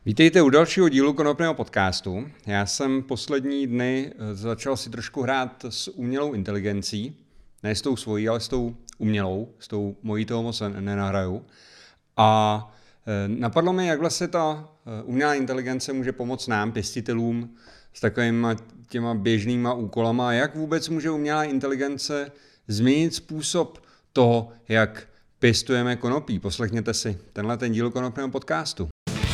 Vítejte u dalšího dílu Konopného podcastu. Já jsem poslední dny začal si trošku hrát s umělou inteligencí. Ne s tou svojí, ale s tou umělou. S tou mojí toho moc nenahraju. A napadlo mi, jak vlastně ta umělá inteligence může pomoct nám, pěstitelům, s takovými těma běžnýma úkolama. Jak vůbec může umělá inteligence změnit způsob toho, jak pěstujeme konopí. Poslechněte si tenhle díl Konopného podcastu.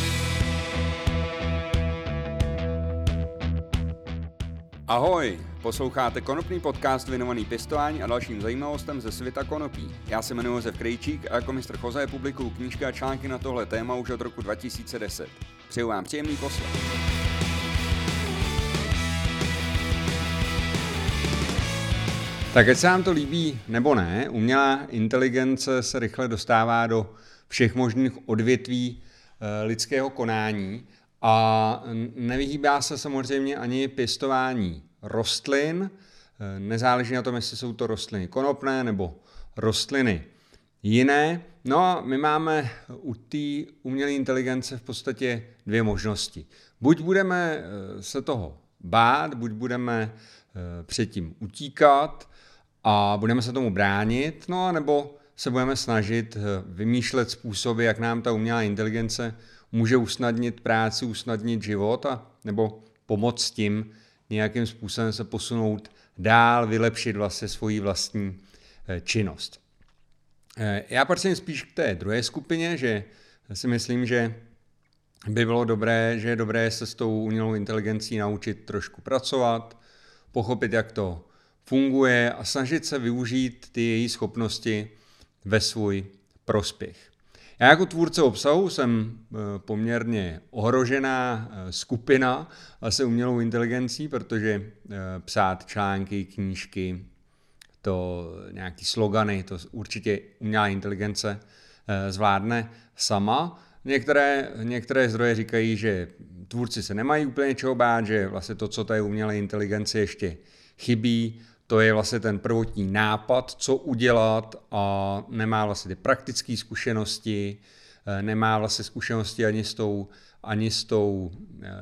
Ahoj, posloucháte Konopný podcast věnovaný pěstování a dalším zajímavostem ze světa konopí. Já se jmenuji Josef Krejčík a jako mistr Choze publikuju knížky a články na tohle téma už od roku 2010. Přeju vám příjemný poslech. Tak ať se vám to líbí nebo ne, umělá inteligence se rychle dostává do všech možných odvětví lidského konání a nevyhýbá se samozřejmě ani pěstování rostlin, nezáleží na tom, jestli jsou to rostliny konopné nebo rostliny jiné. No a my máme u té umělé inteligence v podstatě dvě možnosti. Buď budeme se toho bát, buď budeme předtím utíkat a budeme se tomu bránit, no nebo se budeme snažit vymýšlet způsoby, jak nám ta umělá inteligence může usnadnit práci, usnadnit život a nebo pomoct tím nějakým způsobem se posunout dál, vylepšit vlastně svoji vlastní činnost. Já patřím spíš k té druhé skupině, že si myslím, že by bylo dobré, že je dobré se s tou umělou inteligencí naučit trošku pracovat, pochopit, jak to funguje a snažit se využít ty její schopnosti ve svůj prospěch. Já jako tvůrce obsahu jsem poměrně ohrožená skupina asi umělou inteligencí, protože psát články, knížky, to nějaký slogany, to určitě umělá inteligence zvládne sama. Některé zdroje říkají, že tvůrci se nemají úplně čeho bát, že vlastně to, co té umělé inteligenci ještě chybí, to je vlastně ten prvotní nápad, co udělat a nemá vlastně ty praktické zkušenosti, nemá vlastně zkušenosti ani s tou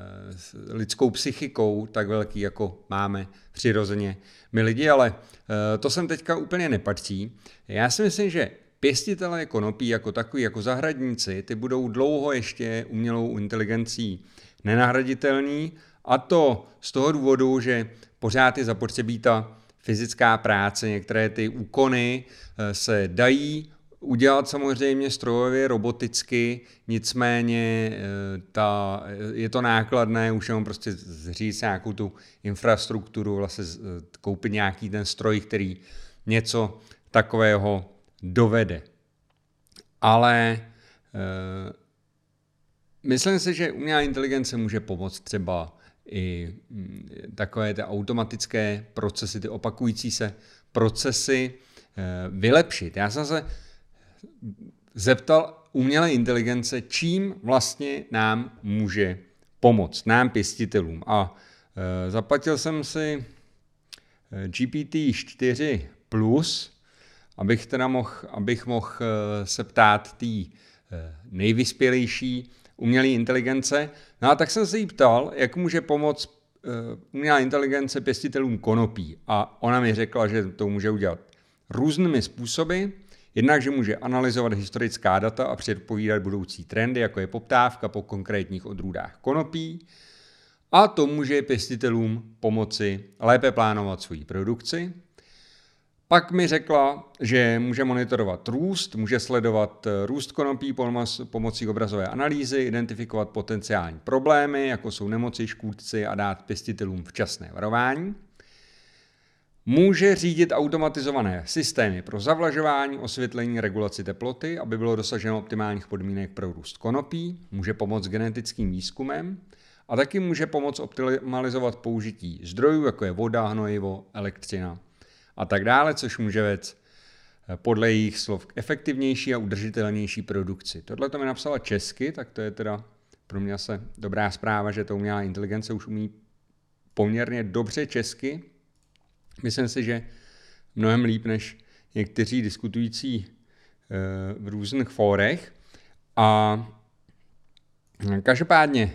lidskou psychikou tak velký, jako máme přirozeně my lidi, ale to sem teďka úplně nepatří. Já si myslím, že pěstitelé konopí jako takový, jako zahradníci, ty budou dlouho ještě umělou inteligencí nenahraditelní, a to z toho důvodu, že pořád je zapotřebí ta fyzická práce, některé ty úkony se dají udělat samozřejmě strojově, roboticky, nicméně je to nákladné, už jenom prostě zříct nějakou tu infrastrukturu, vlastně koupit nějaký ten stroj, který něco takového dovede. Ale myslím si, že umělá inteligence může pomoct třeba i takové ty automatické procesy, ty opakující se procesy vylepšit. Já jsem se zeptal umělé inteligence, čím vlastně nám může pomoct, nám pěstitelům. A zaplatil jsem si GPT-4+, abych mohl se ptát té nejvyspělejší umělé inteligence. No a tak jsem se jí ptal, jak může pomoct umělá inteligence pěstitelům konopí. A ona mi řekla, že to může udělat různými způsoby. Jednak, že může analyzovat historická data a předpovídat budoucí trendy, jako je poptávka po konkrétních odrůdách konopí. A to může pěstitelům pomoci lépe plánovat svoji produkci. Pak mi řekla, že může monitorovat růst, může sledovat růst konopí pomocí obrazové analýzy, identifikovat potenciální problémy, jako jsou nemoci, škůdci a dát pěstitelům včasné varování. Může řídit automatizované systémy pro zavlažování, osvětlení, regulaci teploty, aby bylo dosaženo optimálních podmínek pro růst konopí. Může pomoct genetickým výzkumem a taky může pomoct optimalizovat použití zdrojů, jako je voda, hnojivo, elektřina a tak dále, což může vést podle jejich slov k efektivnější a udržitelnější produkci. Tohle to mi napsala česky, tak to je teda pro mě asi dobrá zpráva, že to umělá inteligence už umí poměrně dobře česky. Myslím si, že mnohem líp než někteří diskutující v různých fórech. A Každopádně,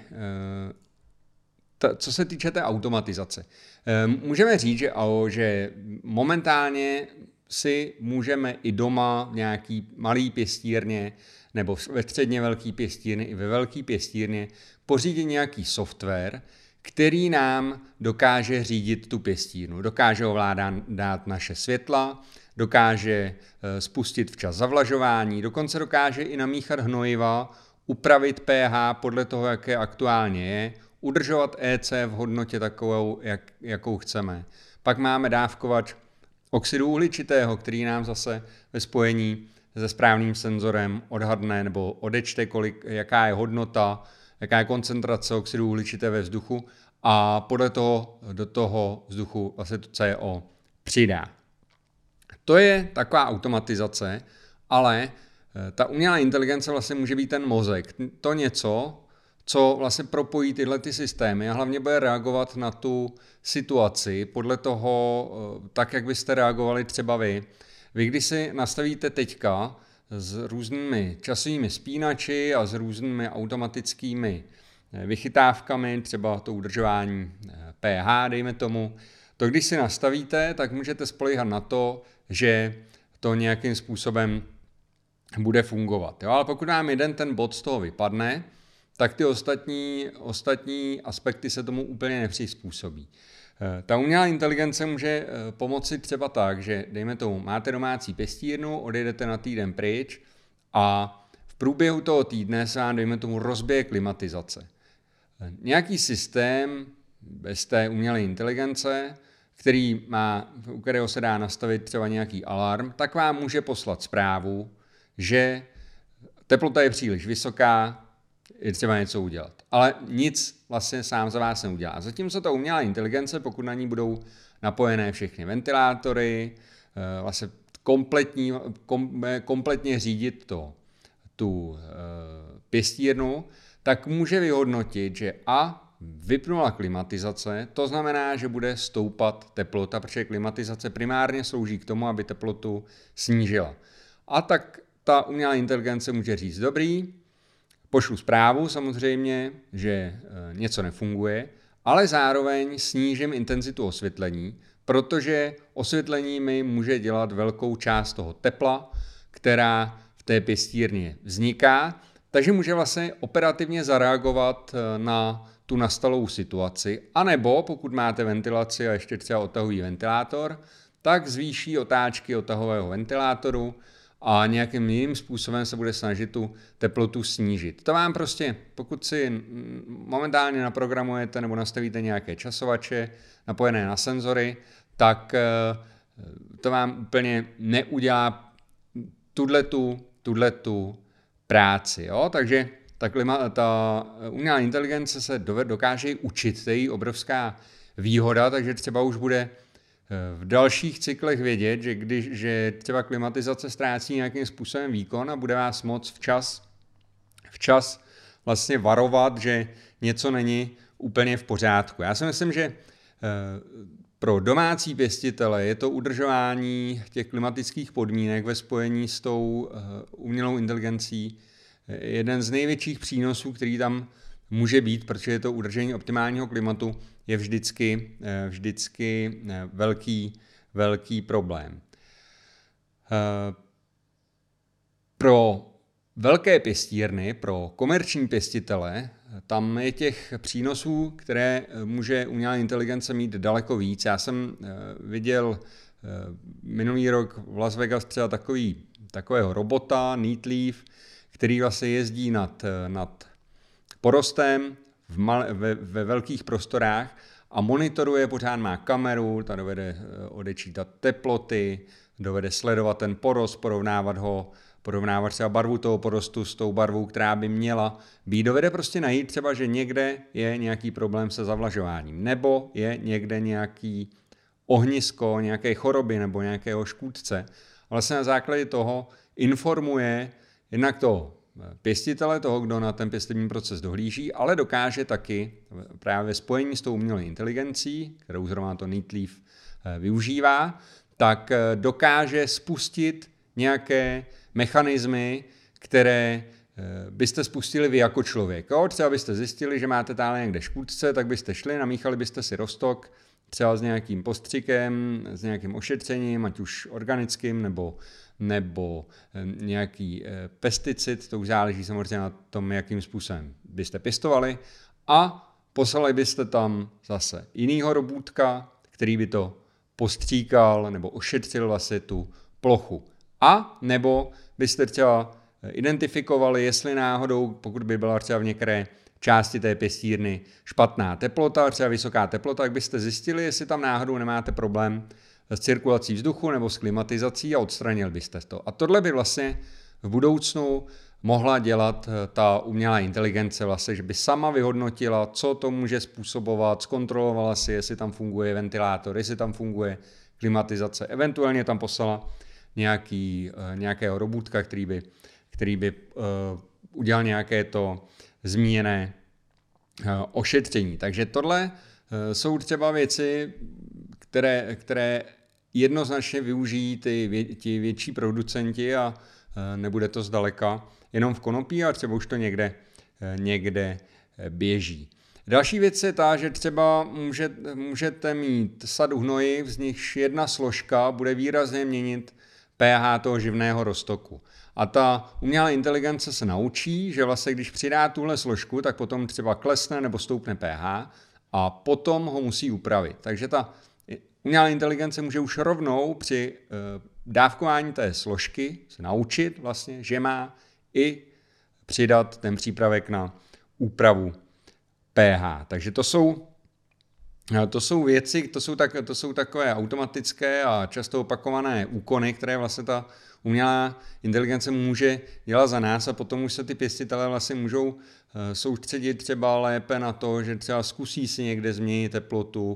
co se týče té automatizace, můžeme říct, že momentálně si můžeme i doma v nějaký malý pěstírně nebo ve středně velký pěstírně i ve velký pěstírně pořídit nějaký software, který nám dokáže řídit tu pěstírnu. Dokáže ovládat naše světla, dokáže spustit včas zavlažování, dokonce dokáže i namíchat hnojiva, upravit pH podle toho, jaké aktuálně je, udržovat EC v hodnotě takovou, jakou chceme. Pak máme dávkovač oxidu uhličitého, který nám zase ve spojení se správným senzorem odhadne nebo odečte, jaká je hodnota, jaká je koncentrace oxidu uhličité ve vzduchu a podle toho do toho vzduchu vlastně to CO přidá. To je taková automatizace, ale ta umělá inteligence vlastně může být ten mozek. To něco, co vlastně propojí tyhle ty systémy a hlavně bude reagovat na tu situaci podle toho, tak jak byste reagovali třeba vy. Vy když si nastavíte teďka s různými časovými spínači a s různými automatickými vychytávkami, třeba to udržování pH, dejme tomu, to když si nastavíte, tak můžete spoléhat na to, že to nějakým způsobem bude fungovat. Jo? Ale pokud nám jeden ten bod z toho vypadne, tak ty ostatní aspekty se tomu úplně nepřizpůsobí. Ta umělá inteligence může pomoci třeba tak, že dejme tomu, máte domácí pěstírnu, odejdete na týden pryč a v průběhu toho týdne se vám, dejme tomu, rozbije klimatizace. Nějaký systém bez té umělé inteligence, u kterého se dá nastavit třeba nějaký alarm, tak vám může poslat zprávu, že teplota je příliš vysoká, je třeba něco udělat. Ale nic vlastně sám za vás neudělá. Zatímco ta umělá inteligence, pokud na ní budou napojené všechny ventilátory, vlastně kompletně řídit tu pěstírnu, tak může vyhodnotit, že vypnula klimatizace, to znamená, že bude stoupat teplota, protože klimatizace primárně slouží k tomu, aby teplotu snížila. A tak ta umělá inteligence může říct, dobrý, pošlu zprávu samozřejmě, že něco nefunguje, ale zároveň snížím intenzitu osvětlení, protože osvětlení mi může dělat velkou část toho tepla, která v té pěstírně vzniká, takže může vlastně operativně zareagovat na tu nastalou situaci, anebo pokud máte ventilaci a ještě třeba odtahový ventilátor, tak zvýší otáčky odtahového ventilátoru a nějakým jiným způsobem se bude snažit tu teplotu snížit. To vám prostě, pokud si momentálně naprogramujete nebo nastavíte nějaké časovače napojené na senzory, tak to vám úplně neudělá tuhletu práci. Jo? Takže ta umělá inteligence se dokáže učit, to je její obrovská výhoda, takže třeba už bude v dalších cyklech vědět, že třeba klimatizace ztrácí nějakým způsobem výkon a bude vás moc včas vlastně varovat, že něco není úplně v pořádku. Já si myslím, že pro domácí pěstitele je to udržování těch klimatických podmínek ve spojení s tou umělou inteligencí jeden z největších přínosů, který tam může být, protože je to udržení optimálního klimatu, je vždycky velký problém. Pro velké pěstírny, pro komerční pěstitele, tam je těch přínosů, které může umělá inteligence mít daleko víc. Já jsem viděl minulý rok v Las Vegas třeba takového robota, Neatleaf, který vlastně jezdí nad porostem ve velkých prostorách a monitoruje, pořád má kameru, ta dovede odečítat teploty, dovede sledovat ten porost, porovnávat třeba barvu toho porostu s tou barvou, která by měla být. Dovede prostě najít třeba, že někde je nějaký problém se zavlažováním, nebo je někde nějaký ohnisko, nějaké choroby nebo nějakého škůdce. A vlastně na základě toho informuje jednak toho pěstitele, toho, kdo na ten pěstební proces dohlíží, ale dokáže taky právě ve spojení s tou umělou inteligencí, kterou zrovna to Neatleaf využívá, tak dokáže spustit nějaké mechanismy, které byste spustili vy jako člověk. Jo? Třeba byste zjistili, že máte tam někde škůdce, tak byste šli, namíchali byste si roztok, třeba s nějakým postřikem, s nějakým ošetřením, ať už organickým nebo nějaký pesticid, to už záleží samozřejmě na tom, jakým způsobem byste pěstovali, a poslali byste tam zase jinýho robůtka, který by to postříkal nebo ošetřil vlastně tu plochu. A nebo byste třeba identifikovali, jestli náhodou, pokud by byla třeba v některé části té pěstírny špatná teplota, třeba vysoká teplota, tak byste zjistili, jestli tam náhodou nemáte problém s cirkulací vzduchu nebo s klimatizací a odstranil byste to. A tohle by vlastně v budoucnu mohla dělat ta umělá inteligence, vlastně, že by sama vyhodnotila, co to může způsobovat, zkontrolovala si, jestli tam funguje ventilátor, jestli tam funguje klimatizace, eventuálně tam poslala nějakého robůtka, který by udělal nějaké to zmíněné ošetření. Takže tohle jsou třeba věci, které jednoznačně využijí ti větší producenti a nebude to zdaleka jenom v konopí, ale třeba už to někde běží. Další věc je ta, že třeba můžete mít sadu hnojiv, z nichž jedna složka bude výrazně měnit pH toho živného roztoku. A ta umělá inteligence se naučí, že vlastně když přidá tuhle složku, tak potom třeba klesne nebo stoupne pH a potom ho musí upravit. Takže ta umělá inteligence může už rovnou při dávkování té složky se naučit vlastně, že má i přidat ten přípravek na úpravu pH. Takže to jsou věci, to jsou takové automatické a často opakované úkony, které vlastně ta umělá inteligence může dělat za nás a potom už se ty pěstitelé vlastně můžou soustředit třeba lépe na to, že třeba zkusí si někde změnit teplotu,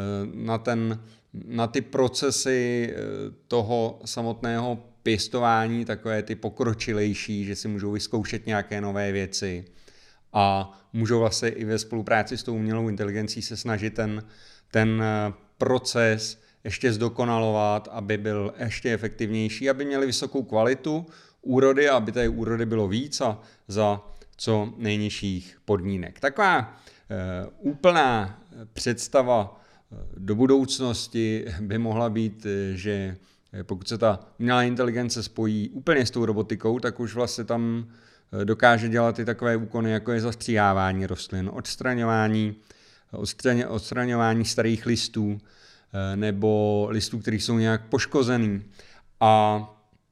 na ty procesy toho samotného pěstování, takové ty pokročilejší, že si můžou vyzkoušet nějaké nové věci a můžou vlastně i ve spolupráci s tou umělou inteligencí se snažit ten proces ještě zdokonalovat, aby byl ještě efektivnější, aby měli vysokou kvalitu úrody a aby té úrody bylo víc a za co nejnižších podmínek. Taková úplná představa do budoucnosti by mohla být, že pokud se ta umělá inteligence spojí úplně s tou robotikou, tak už vlastně tam dokáže dělat i takové úkony, jako je zastříhávání rostlin, odstraňování starých listů nebo listů, které jsou nějak poškozený. A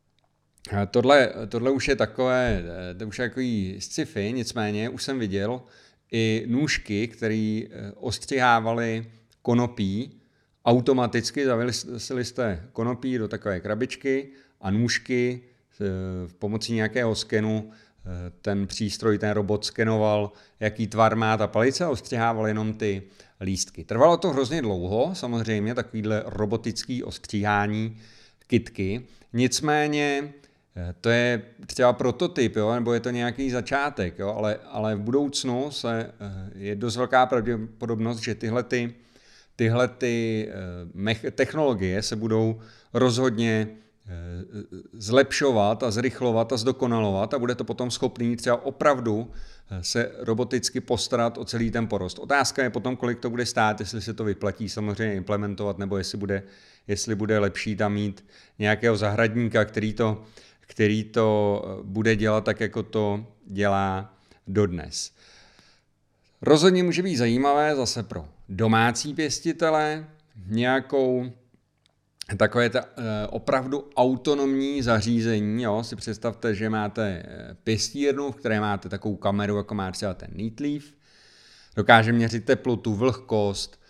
tohle už je takové, to už je takový sci-fi, nicméně už jsem viděl i nůžky, které ostřihávaly konopí automaticky, zavěsili jste konopí do takové krabičky a nůžky pomocí nějakého skenu ten přístroj, ten robot skenoval, jaký tvar má ta palice a ostřihával jenom ty lístky. Trvalo to hrozně dlouho, samozřejmě, takovýhle robotický ostříhání kytky, nicméně to je třeba prototyp, jo, nebo je to nějaký začátek, jo, ale v budoucnu je dost velká pravděpodobnost, že tyhle technologie se budou rozhodně zlepšovat a zrychlovat a zdokonalovat a bude to potom schopný třeba opravdu se roboticky postarat o celý ten porost. Otázka je potom, kolik to bude stát, jestli se to vyplatí samozřejmě implementovat, nebo jestli bude lepší tam mít nějakého zahradníka, který to bude dělat tak, jako to dělá dodnes. Rozhodně může být zajímavé zase pro domácí pěstitele nějakou takové opravdu autonomní zařízení. Jo? Si představte, že máte pěstírnu, v které máte takovou kameru, jako má třeba ten Neatleaf. Dokáže měřit teplotu, vlhkost,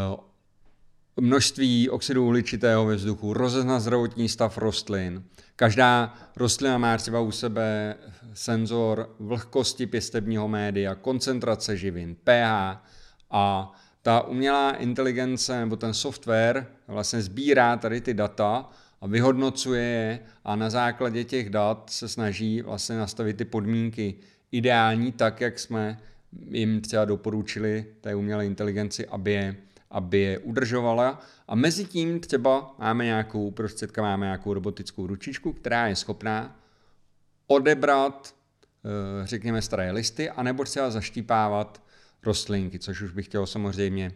množství oxidu uhličitého ve vzduchu, rozeznat zdravotní stav rostlin. Každá rostlina má třeba u sebe senzor vlhkosti pěstebního média, koncentrace živin, pH a ta umělá inteligence nebo ten software vlastně sbírá tady ty data a vyhodnocuje je a na základě těch dat se snaží vlastně nastavit ty podmínky ideální tak, jak jsme jim třeba doporučili té umělé inteligenci, aby je udržovala. A mezi tím třeba máme nějakou robotickou ručičku, která je schopná odebrat řekněme, staré listy, anebo třeba zaštípávat rostlinky, což už bych chtěl samozřejmě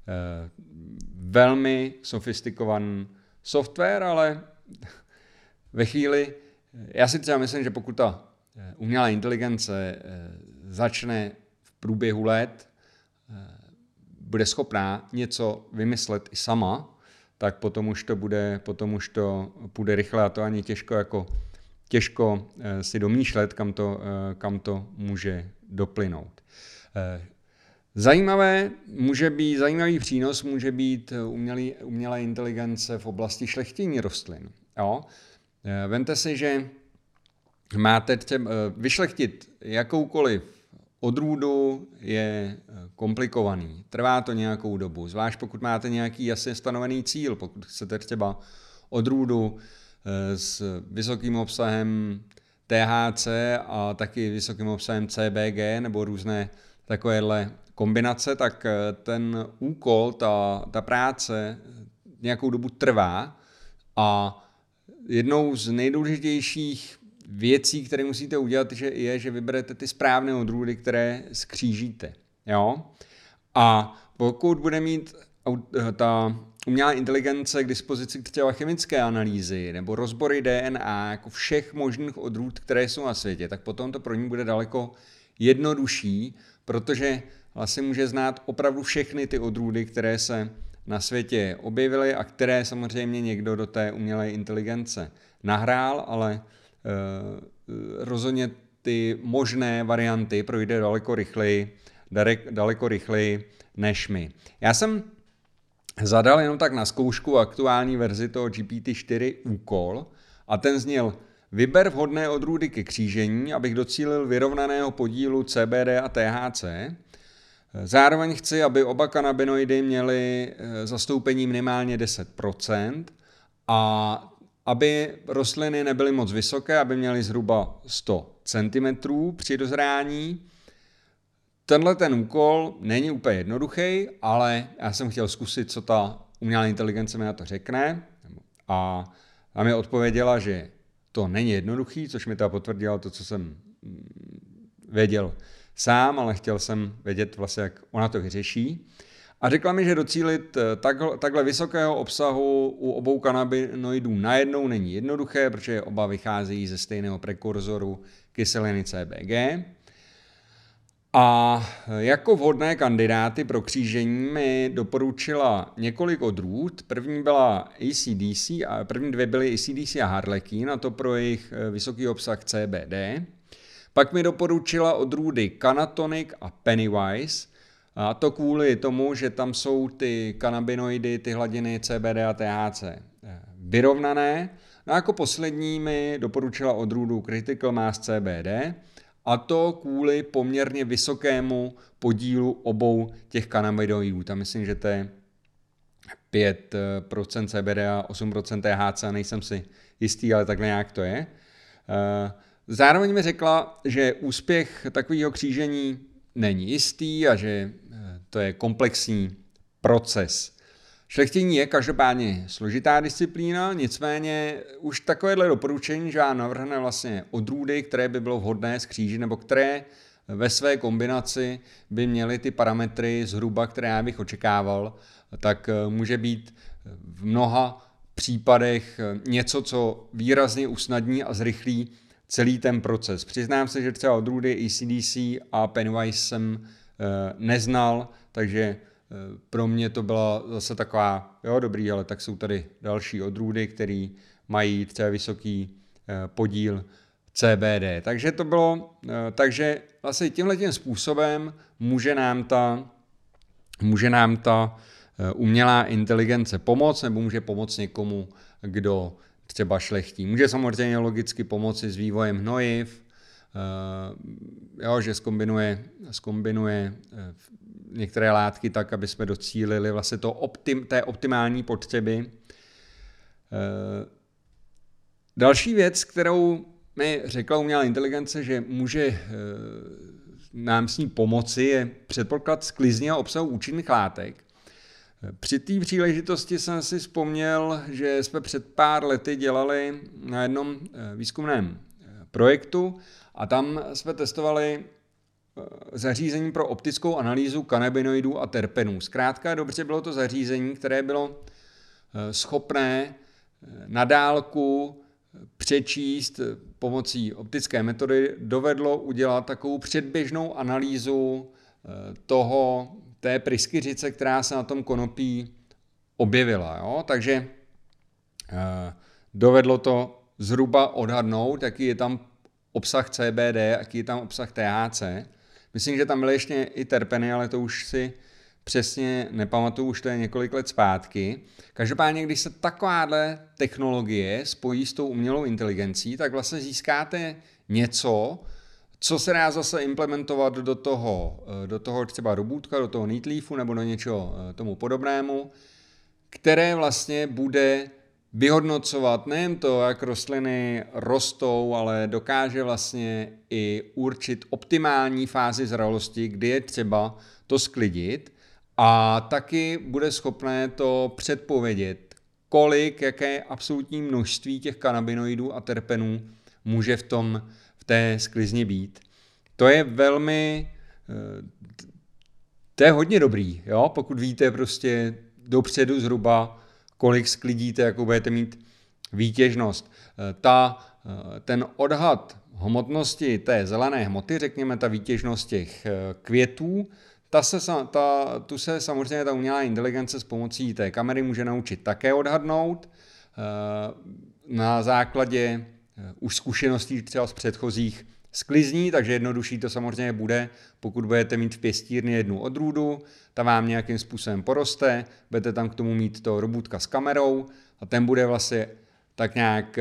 velmi sofistikovaný software, ale ve chvíli, já si třeba myslím, že pokud ta umělá inteligence začne v průběhu let, bude schopná něco vymyslet i sama, tak potom už to půjde rychle a to ani těžko si domýšlet, kam to může doplynout. Zajímavý přínos může být umělá inteligence v oblasti šlechtění rostlin. Jo? Vemte si, že máte třeba vyšlechtit jakoukoliv odrůdu je komplikovaný. Trvá to nějakou dobu, zvlášť pokud máte nějaký jasně stanovený cíl, pokud chcete třeba odrůdu s vysokým obsahem THC a taky vysokým obsahem CBG nebo různé takovéhle kombinace, tak ten úkol, ta práce nějakou dobu trvá a jednou z nejdůležitějších věcí, které musíte udělat, je, že vyberete ty správné odrůdy, které skřížíte. Jo? A pokud bude mít ta umělá inteligence k dispozici třeba chemické analýzy nebo rozbory DNA jako všech možných odrůd, které jsou na světě, tak potom to pro ní bude daleko jednodušší, protože vlastně může znát opravdu všechny ty odrůdy, které se na světě objevily a které samozřejmě někdo do té umělé inteligence nahrál, ale rozhodně ty možné varianty projde daleko rychleji než my. Já jsem zadal jenom tak na zkoušku aktuální verzi toho GPT-4 úkol a ten zněl: vyber vhodné odrůdy ke křížení, abych docílil vyrovnaného podílu CBD a THC. Zároveň chci, aby oba kanabinoidy měly zastoupení minimálně 10% a aby rostliny nebyly moc vysoké, aby měly zhruba 100 cm při dozrání. Tenhle ten úkol není úplně jednoduchý, ale já jsem chtěl zkusit, co ta umělá inteligence mi na to řekne. A mi odpověděla, že to není jednoduchý, což mi ta potvrdila to, co jsem věděl sám, ale chtěl jsem vědět vlastně, jak ona to vyřeší. A řekla mi, že docílit takhle vysokého obsahu u obou kanabinoidů najednou není jednoduché, protože oba vycházejí ze stejného prekurzoru kyseliny CBG. A jako vhodné kandidáty pro křížení mi doporučila několik odrůd. První dvě byly ACDC a Harlequin, a to pro jejich vysoký obsah CBD. Pak mi doporučila odrůdy Canatonic a Pennywise, a to kvůli tomu, že tam jsou ty kanabinoidy, ty hladiny CBD a THC vyrovnané. No a jako poslední mi doporučila odrůdu Critical Mass CBD, a to kvůli poměrně vysokému podílu obou těch kanabinoidů. Tam myslím, že to je 5% CBD a 8% THC, nejsem si jistý, ale takhle nějak to je. Zároveň mi řekla, že úspěch takového křížení není jistý a že to je komplexní proces. Šlechtění je každopádně složitá disciplína, nicméně už takovéhle doporučení, že navrhne vlastně odrůdy, které by bylo vhodné skřížit, nebo které ve své kombinaci by měly ty parametry zhruba, které já bych očekával, tak může být v mnoha případech něco, co výrazně usnadní a zrychlí celý ten proces. Přiznám se, že třeba odrůdy ACDC a Pennywise jsem neznal, takže pro mě to byla zase taková, jo dobrý, ale tak jsou tady další odrůdy, které mají třeba vysoký podíl CBD. Takže vlastně tímhletím způsobem může nám ta umělá inteligence pomoct, nebo může pomoct někomu, kdo třeba šlechtí. Může samozřejmě logicky pomoci s vývojem hnojiv, že zkombinuje některé látky tak, aby jsme docílili vlastně té optimální potřeby. Další věc, kterou mi řekla umělá inteligence, že může nám s ní pomoci, je předpoklad sklizně obsahu účinných látek. Při té příležitosti jsem si vzpomněl, že jsme před pár lety dělali na jednom výzkumném projektu a tam jsme testovali zařízení pro optickou analýzu kanabinoidů a terpenů. Zkrátka dobře bylo to zařízení, které bylo schopné na dálku přečíst pomocí optické metody, dovedlo udělat takovou předběžnou analýzu té pryskyřice, která se na tom konopí objevila. Jo? Takže dovedlo to zhruba odhadnout, jaký je tam obsah CBD, jaký je tam obsah THC. Myslím, že tam byly ještě i terpeny, ale to už si přesně nepamatuju, už to je několik let zpátky. Každopádně, když se takováhle technologie spojí s tou umělou inteligencí, tak vlastně získáte něco, co se dá zase implementovat do toho třeba robůtka, do toho Neatleafu nebo do něčeho tomu podobnému, které vlastně bude vyhodnocovat nejen to, jak rostliny rostou, ale dokáže vlastně i určit optimální fázi zralosti, kdy je třeba to sklidit a taky bude schopné to předpovědět, jaké absolutní množství těch kanabinoidů a terpenů může v té sklizni být. To je hodně dobrý, jo? Pokud víte prostě dopředu zhruba, kolik sklidíte, jakou budete mít výtěžnost. Ten odhad hmotnosti té zelené hmoty, řekněme ta výtěžnost těch květů, tu se samozřejmě ta umělá inteligence s pomocí té kamery může naučit také odhadnout na základě už zkušeností třeba z předchozích sklizní, takže jednodušší to samozřejmě bude, pokud budete mít v pěstírně jednu odrůdu, ta vám nějakým způsobem poroste, budete tam k tomu mít to robůtka s kamerou a ten bude vlastně tak nějak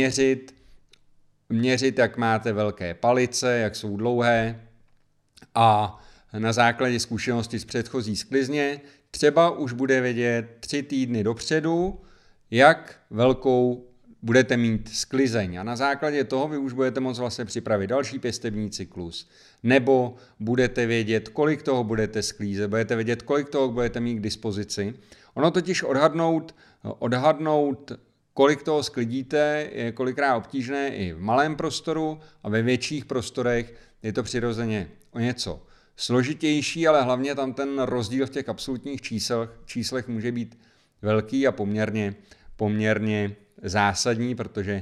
měřit, jak máte velké palice, jak jsou dlouhé a na základě zkušenosti z předchozí sklizně třeba už bude vědět 3 týdny dopředu, jak velkou budete mít sklizeň a na základě toho vy už budete moct vlastně připravit další pěstební cyklus. Nebo budete vědět, kolik toho budete sklízet, budete vědět, kolik toho budete mít k dispozici. Ono totiž odhadnout, kolik toho sklidíte, je kolikrát obtížné i v malém prostoru a ve větších prostorech je to přirozeně o něco složitější, ale hlavně tam ten rozdíl v těch absolutních číslech může být velký a poměrně zásadní, protože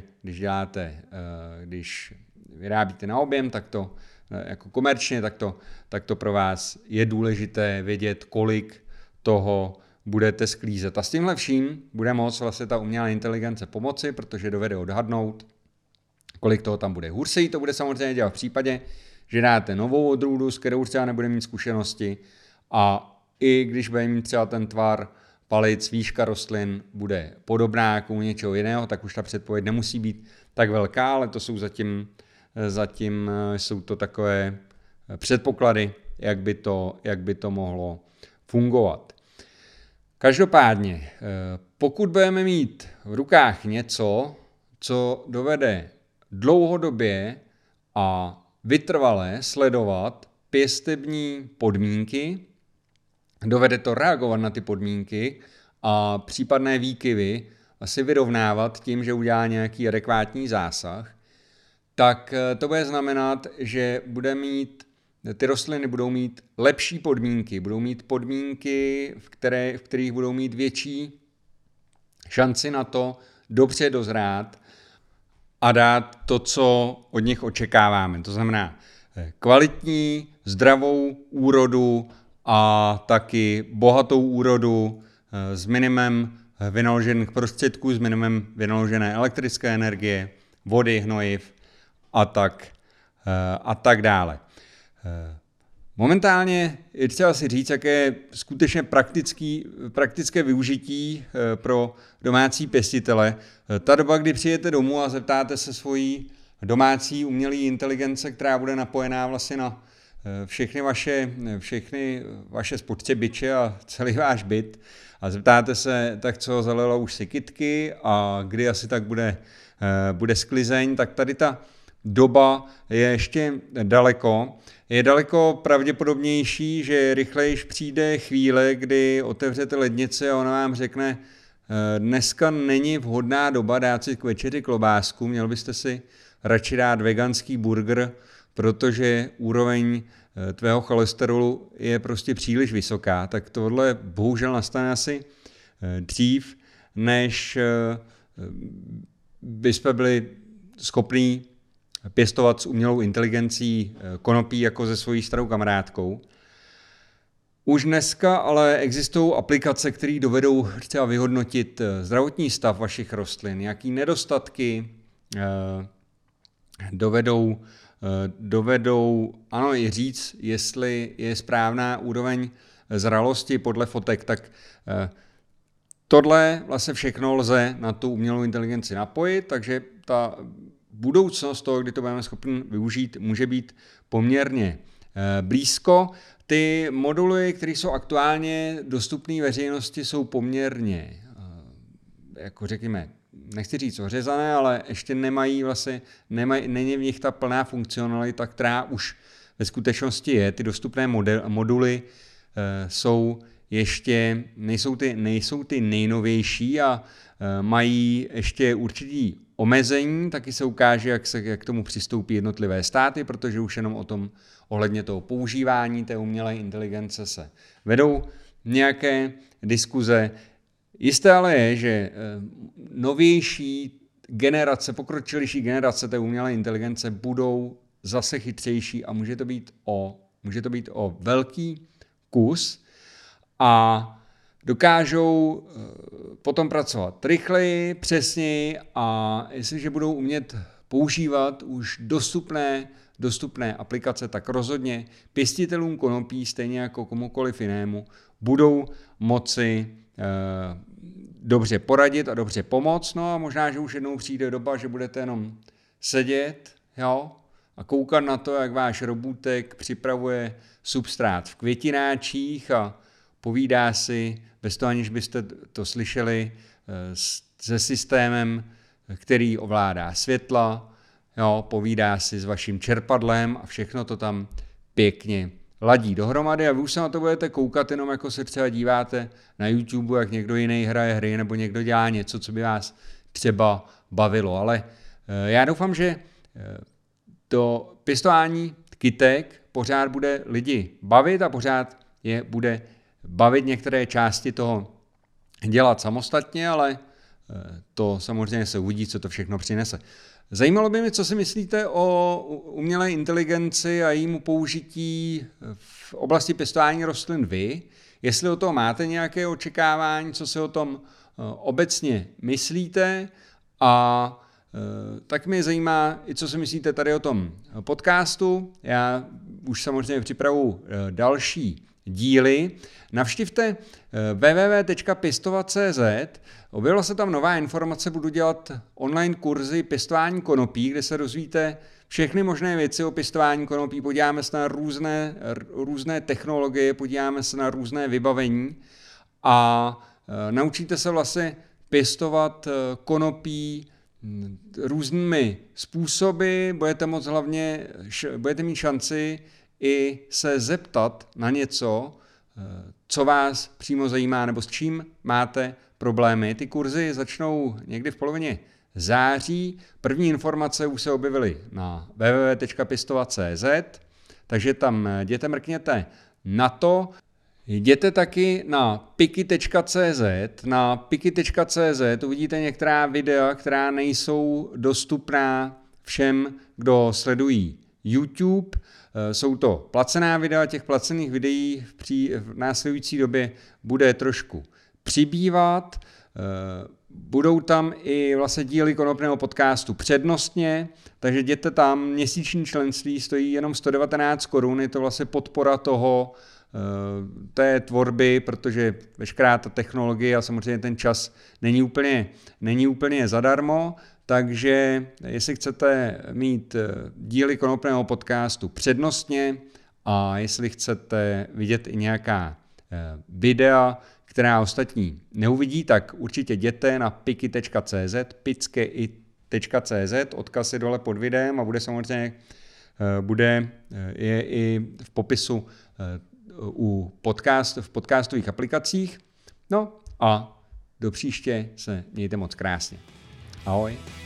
když vyrábíte na objem, tak to jako komerčně, tak to pro vás je důležité vědět, kolik toho budete sklízet. A s tímhle vším bude moct vlastně ta umělá inteligence pomoci, protože dovede odhadnout, kolik toho tam bude. Hůř se jí to bude samozřejmě dělat v případě, že dáte novou odrůdu, s kterou třeba nebude mít zkušenosti a i když bude mít třeba ten tvar palic, výška rostlin bude podobná jako u něčeho jiného, tak už ta předpověď nemusí být tak velká, ale to jsou zatím jsou to takové předpoklady, jak by to mohlo fungovat. Každopádně, pokud budeme mít v rukách něco, co dovede dlouhodobě a vytrvale sledovat pěstební podmínky, dovede to reagovat na ty podmínky a případné výkyvy asi vyrovnávat tím, že udělá nějaký adekvátní zásah, tak to bude znamenat, že ty rostliny budou mít lepší podmínky, budou mít podmínky, v kterých budou mít větší šanci na to dobře dozrát a dát to, co od nich očekáváme. To znamená kvalitní, zdravou úrodu a taky bohatou úrodu s minimem vynaložených prostředků, s minimem vynaložené elektrické energie, vody, hnojiv a tak dále. Momentálně je třeba si říct, jaké je skutečně praktické využití pro domácí pěstitele. Ta doba, kdy přijete domů a zeptáte se svojí domácí umělé inteligence, která bude napojená vlastně na všechny vaše spotřebiče a celý váš byt a zeptáte se, tak co zalilo už si kytky a kdy asi tak bude sklizeň, tak tady ta doba je ještě daleko. Je daleko pravděpodobnější, že rychleji přijde chvíle, kdy otevřete lednici a ona vám řekne, dneska není vhodná doba dát si k večeři klobásku, měl byste si radši dát veganský burger, protože úroveň tvého cholesterolu je prostě příliš vysoká, tak tohle bohužel nastane asi dřív, než bychom byli schopní pěstovat s umělou inteligencí konopí jako se svojí starou kamarádkou. Už dneska ale existují aplikace, které dovedou třeba vyhodnotit zdravotní stav vašich rostlin, jaký nedostatky dovedou ano, i říct, jestli je správná úroveň zralosti podle fotek, tak tohle vlastně všechno lze na tu umělou inteligenci napojit, takže ta budoucnost toho, kdy to budeme schopni využít, může být poměrně blízko. Ty moduly, které jsou aktuálně dostupné veřejnosti, jsou poměrně, jako řekněme, nechci říct ořezané, ale ještě není v nich ta plná funkcionalita, která už ve skutečnosti je. Ty dostupné moduly jsou ještě, nejsou ty nejnovější a mají ještě určitý omezení, taky se ukáže, jak k tomu přistoupí jednotlivé státy, protože už jenom ohledně toho používání té umělé inteligence se vedou nějaké diskuze. Jisté ale je, že novější generace, pokročilejší generace té umělé inteligence budou zase chytřejší a může to být o velký kus a dokážou potom pracovat rychleji, přesněji a jestliže budou umět používat už dostupné aplikace, tak rozhodně pěstitelům konopí, stejně jako komukoliv jinému, budou moci dobře poradit a dobře pomoct. No a možná, že už jednou přijde doba, že budete jenom sedět, jo, a koukat na to, jak váš robůtek připravuje substrát v květináčích a povídá si, bez toho aniž byste to slyšeli, se systémem, který ovládá světla, jo, povídá si s vaším čerpadlem a všechno to tam pěkně ladí dohromady a vy už se na to budete koukat jenom jako se třeba díváte na YouTube, jak někdo jiný hraje hry nebo někdo dělá něco, co by vás třeba bavilo. Ale já doufám, že to pěstování kytek pořád bude lidi bavit a pořád je bude bavit některé části toho dělat samostatně, ale to samozřejmě se uvidí, co to všechno přinese. Zajímalo by mě, co si myslíte o umělé inteligenci a jejímu použití v oblasti pěstování rostlin vy, jestli o toho máte nějaké očekávání, co si o tom obecně myslíte a tak mě zajímá i co si myslíte tady o tom podcastu. Já už samozřejmě připravuji další díly. Navštivte www.pěstovat.cz, objevila se tam nová informace, budu dělat online kurzy pěstování konopí, kde se dozvíte všechny možné věci o pěstování konopí, podíváme se na různé technologie, podíváme se na různé vybavení a naučíte se vlastně pěstovat konopí různými způsoby, budete mít šanci i se zeptat na něco, co vás přímo zajímá nebo s čím máte problémy. Ty kurzy začnou někdy v polovině září. První informace už se objevily na www.pěstovat.cz, takže tam jděte, mrkněte na to. Jděte taky na piky.cz. Na piky.cz uvidíte některá videa, která nejsou dostupná všem, kdo sledují YouTube. Jsou to placená videa, těch placených videí v následující době bude trošku přibývat. Budou tam i vlastně díly konopného podcastu přednostně, takže jděte tam, měsíční členství stojí jenom 119 korun, je to vlastně podpora té tvorby, protože veškerá ta technologie a samozřejmě ten čas není úplně zadarmo, takže jestli chcete mít díly konopného podcastu přednostně a jestli chcete vidět i nějaká videa, která ostatní neuvidí, tak určitě jděte na piky.cz, picky.cz, odkaz je dole pod videem a je i v popisu v podcastových aplikacích. No a do příště se mějte moc krásně. Ahoj.